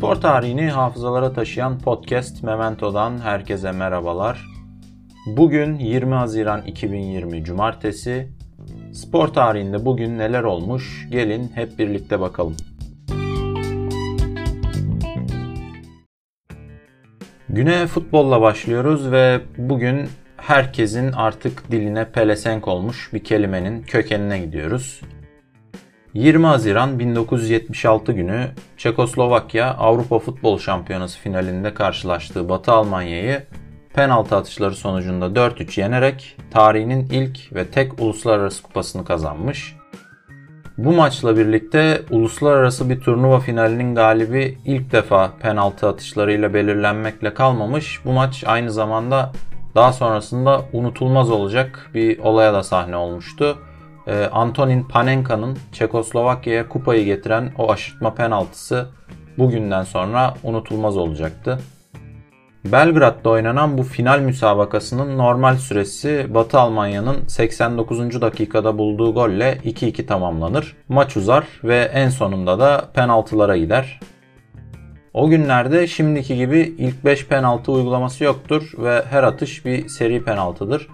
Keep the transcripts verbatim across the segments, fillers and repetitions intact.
Spor tarihini hafızalara taşıyan podcast Memento'dan herkese merhabalar. Bugün yirmi Haziran iki bin yirmi Cumartesi. Spor tarihinde bugün neler olmuş? Gelin hep birlikte bakalım. Güne futbolla başlıyoruz ve bugün herkesin artık diline pelesenk olmuş bir kelimenin kökenine gidiyoruz. yirmi Haziran bin dokuz yüz yetmiş altı günü Çekoslovakya Avrupa Futbol Şampiyonası finalinde karşılaştığı Batı Almanya'yı penaltı atışları sonucunda dört üç yenerek tarihinin ilk ve tek uluslararası kupasını kazanmış. Bu maçla birlikte uluslararası bir turnuva finalinin galibi ilk defa penaltı atışlarıyla belirlenmekle kalmamış. Bu maç aynı zamanda daha sonrasında unutulmaz olacak bir olaya da sahne olmuştu. Antonin Panenka'nın Çekoslovakya'ya kupayı getiren o aşırtma penaltısı bugünden sonra unutulmaz olacaktı. Belgrad'da oynanan bu final müsabakasının normal süresi Batı Almanya'nın seksen dokuzuncu dakikada bulduğu golle iki iki tamamlanır. Maç uzar ve en sonunda da penaltılara gider. O günlerde şimdiki gibi ilk beş penaltı uygulaması yoktur ve her atış bir seri penaltıdır.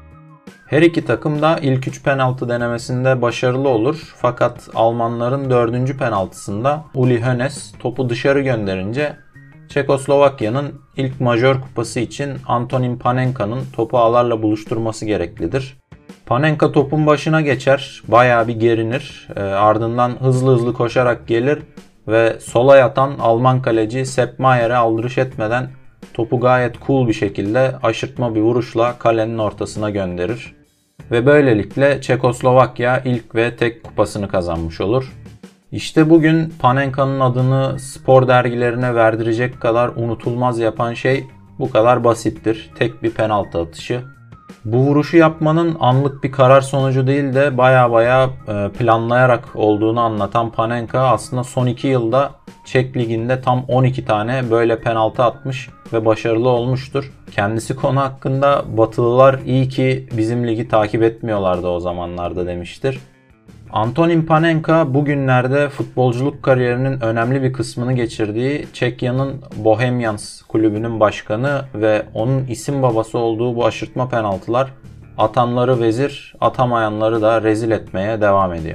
Her iki takım da ilk üç penaltı denemesinde başarılı olur fakat Almanların dördüncü penaltısında Uli Hoeneß topu dışarı gönderince Çekoslovakya'nın ilk majör kupası için Antonin Panenka'nın topu ağlarla buluşturması gereklidir. Panenka topun başına geçer, bayağı bir gerinir, e, ardından hızlı hızlı koşarak gelir ve sola yatan Alman kaleci Sepp Mayer'e aldırış etmeden topu gayet cool bir şekilde aşırtma bir vuruşla kalenin ortasına gönderir. Ve böylelikle Çekoslovakya ilk ve tek kupasını kazanmış olur. İşte bugün Panenka'nın adını spor dergilerine verdirecek kadar unutulmaz yapan şey bu kadar basittir. Tek bir penaltı atışı. Bu vuruşu yapmanın anlık bir karar sonucu değil de baya baya planlayarak olduğunu anlatan Panenka aslında son iki yılda Çek Ligi'nde tam on iki tane böyle penaltı atmış ve başarılı olmuştur. Kendisi konu hakkında Batılılar iyi ki bizim ligi takip etmiyorlardı o zamanlarda demiştir. Antonin Panenka bugünlerde futbolculuk kariyerinin önemli bir kısmını geçirdiği Çekya'nın Bohemians kulübünün başkanı ve onun isim babası olduğu bu aşırtma penaltılar atanları vezir, atamayanları da rezil etmeye devam ediyor.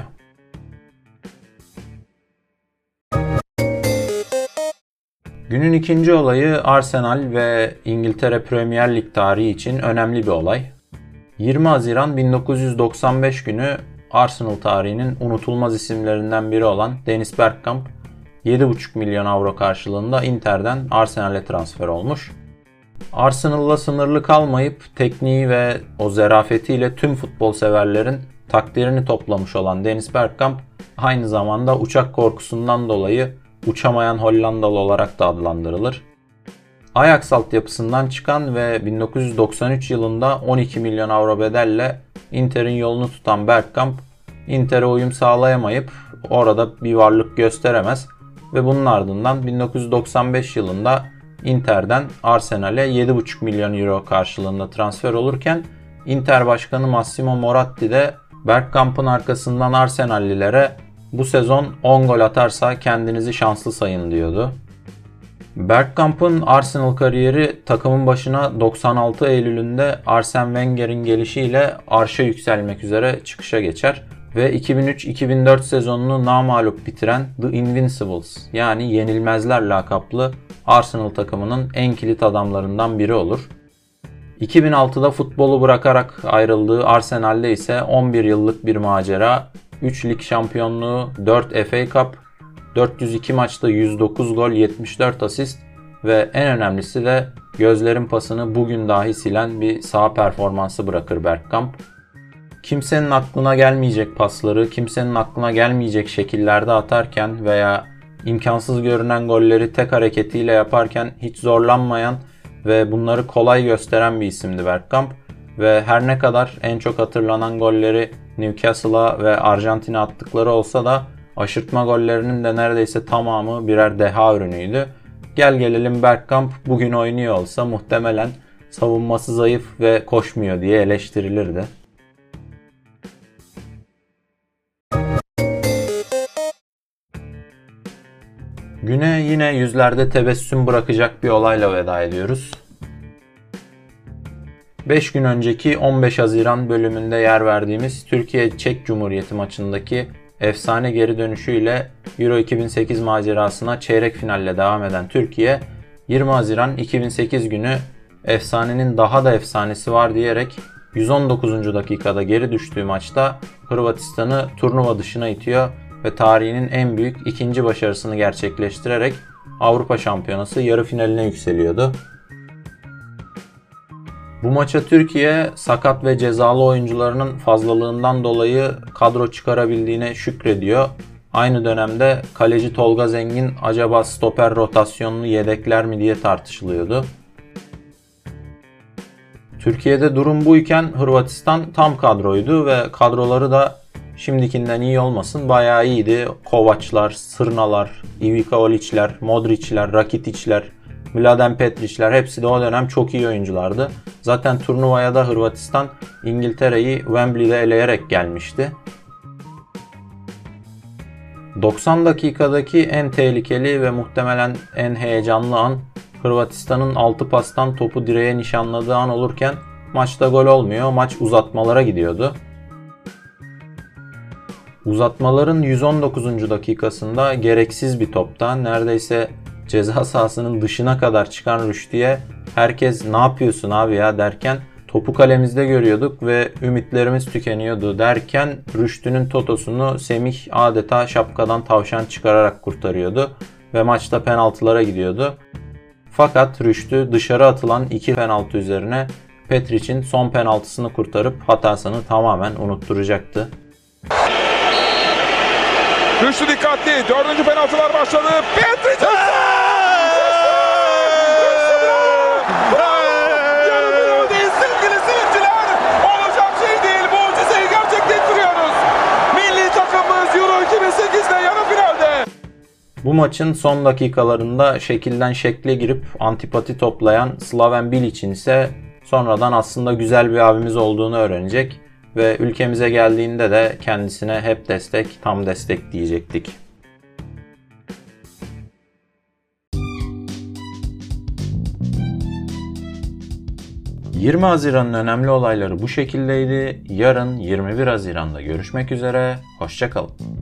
Günün ikinci olayı Arsenal ve İngiltere Premier Lig tarihi için önemli bir olay. yirmi Haziran bin dokuz yüz doksan beş günü Arsenal tarihinin unutulmaz isimlerinden biri olan Dennis Bergkamp yedi buçuk milyon avro karşılığında Inter'den Arsenal'e transfer olmuş. Arsenal'la sınırlı kalmayıp tekniği ve o zerafetiyle tüm futbol severlerin takdirini toplamış olan Dennis Bergkamp aynı zamanda uçak korkusundan dolayı uçamayan Hollandalı olarak da adlandırılır. Ajax altyapısından çıkan ve bin dokuz yüz doksan üç yılında on iki milyon avro bedelle Inter'in yolunu tutan Bergkamp, Inter'e uyum sağlayamayıp orada bir varlık gösteremez ve bunun ardından bin dokuz yüz doksan beş yılında Inter'den Arsenal'e yedi buçuk milyon euro karşılığında transfer olurken Inter Başkanı Massimo Moratti de Bergkamp'ın arkasından Arsenallilere bu sezon on gol atarsa kendinizi şanslı sayın diyordu. Bergkamp'ın Arsenal kariyeri takımın başına doksan altı Eylül'ünde Arsene Wenger'in gelişiyle arşa yükselmek üzere çıkışa geçer ve iki bin üç iki bin dört sezonunu namağlup bitiren The Invincibles yani Yenilmezler lakaplı Arsenal takımının en kilit adamlarından biri olur. iki bin altıda futbolu bırakarak ayrıldığı Arsenal'de ise on bir yıllık bir macera, üç lig şampiyonluğu, dört F A Cup, dört yüz iki maçta yüz dokuz gol, yetmiş dört asist ve en önemlisi de gözlerin pasını bugün dahi silen bir saha performansı bırakır Bergkamp. Kimsenin aklına gelmeyecek pasları, kimsenin aklına gelmeyecek şekillerde atarken veya imkansız görünen golleri tek hareketiyle yaparken hiç zorlanmayan ve bunları kolay gösteren bir isimdi Bergkamp. Ve her ne kadar en çok hatırlanan golleri Newcastle'a ve Arjantin'e attıkları olsa da aşırtma gollerinin de neredeyse tamamı birer deha ürünüydü. Gel gelelim Bergkamp bugün oynuyor olsa muhtemelen savunması zayıf ve koşmuyor diye eleştirilirdi. Güne yine yüzlerde tebessüm bırakacak bir olayla veda ediyoruz. beş gün önceki on beş Haziran bölümünde yer verdiğimiz Türkiye-Çek Cumhuriyeti maçındaki efsane geri dönüşüyle Euro iki bin sekiz macerasına çeyrek finalle devam eden Türkiye, yirmi Haziran iki bin sekiz günü efsanenin daha da efsanesi var diyerek yüz on dokuzuncu dakikada geri düştüğü maçta Hırvatistan'ı turnuva dışına itiyor ve tarihinin en büyük ikinci başarısını gerçekleştirerek Avrupa Şampiyonası yarı finaline yükseliyordu. Bu maça Türkiye sakat ve cezalı oyuncularının fazlalığından dolayı kadro çıkarabildiğine şükrediyor. Aynı dönemde kaleci Tolga Zengin acaba stoper rotasyonunu yedekler mi diye tartışılıyordu. Türkiye'de durum buyken Hırvatistan tam kadroydu ve kadroları da şimdikinden iyi olmasın bayağı iyiydi. Kovaçlar, Sırnalar, Ivica Olic'ler, Modric'ler, Rakitic'ler, Mladen Petric'ler hepsi de o dönem çok iyi oyunculardı. Zaten turnuvaya da Hırvatistan İngiltere'yi Wembley'de eleyerek gelmişti. doksan dakikadaki en tehlikeli ve muhtemelen en heyecanlı an Hırvatistan'ın altı pastan topu direğe nişanladığı an olurken maçta gol olmuyor. Maç uzatmalara gidiyordu. Uzatmaların yüz on dokuzuncu dakikasında gereksiz bir toptan neredeyse ceza sahasının dışına kadar çıkan Rüştü'ye herkes "Ne yapıyorsun abi ya?" derken topu kalemizde görüyorduk ve ümitlerimiz tükeniyordu derken Rüştü'nün totosunu Semih adeta şapkadan tavşan çıkararak kurtarıyordu ve maçta penaltılara gidiyordu. Fakat Rüştü dışarı atılan iki penaltı üzerine Petric'in son penaltısını kurtarıp hatasını tamamen unutturacaktı. Rüştü dikkatli. Dördüncü penaltılar başladı. Petric! Sevgili seyirciler, olacak şey değil. Mucizeyi gerçekleştiriyoruz. Milli takımımız Euro iki bin sekiz'de yarı finalde. Bu maçın son dakikalarında şekilden şekle girip antipati toplayan Slaven Bilic'in ise sonradan aslında güzel bir abimiz olduğunu öğrenecek ve ülkemize geldiğinde de kendisine hep destek, tam destek diyecektik. yirmi Haziran'ın önemli olayları bu şekildeydi. Yarın yirmi bir Haziran'da görüşmek üzere. Hoşça kalın.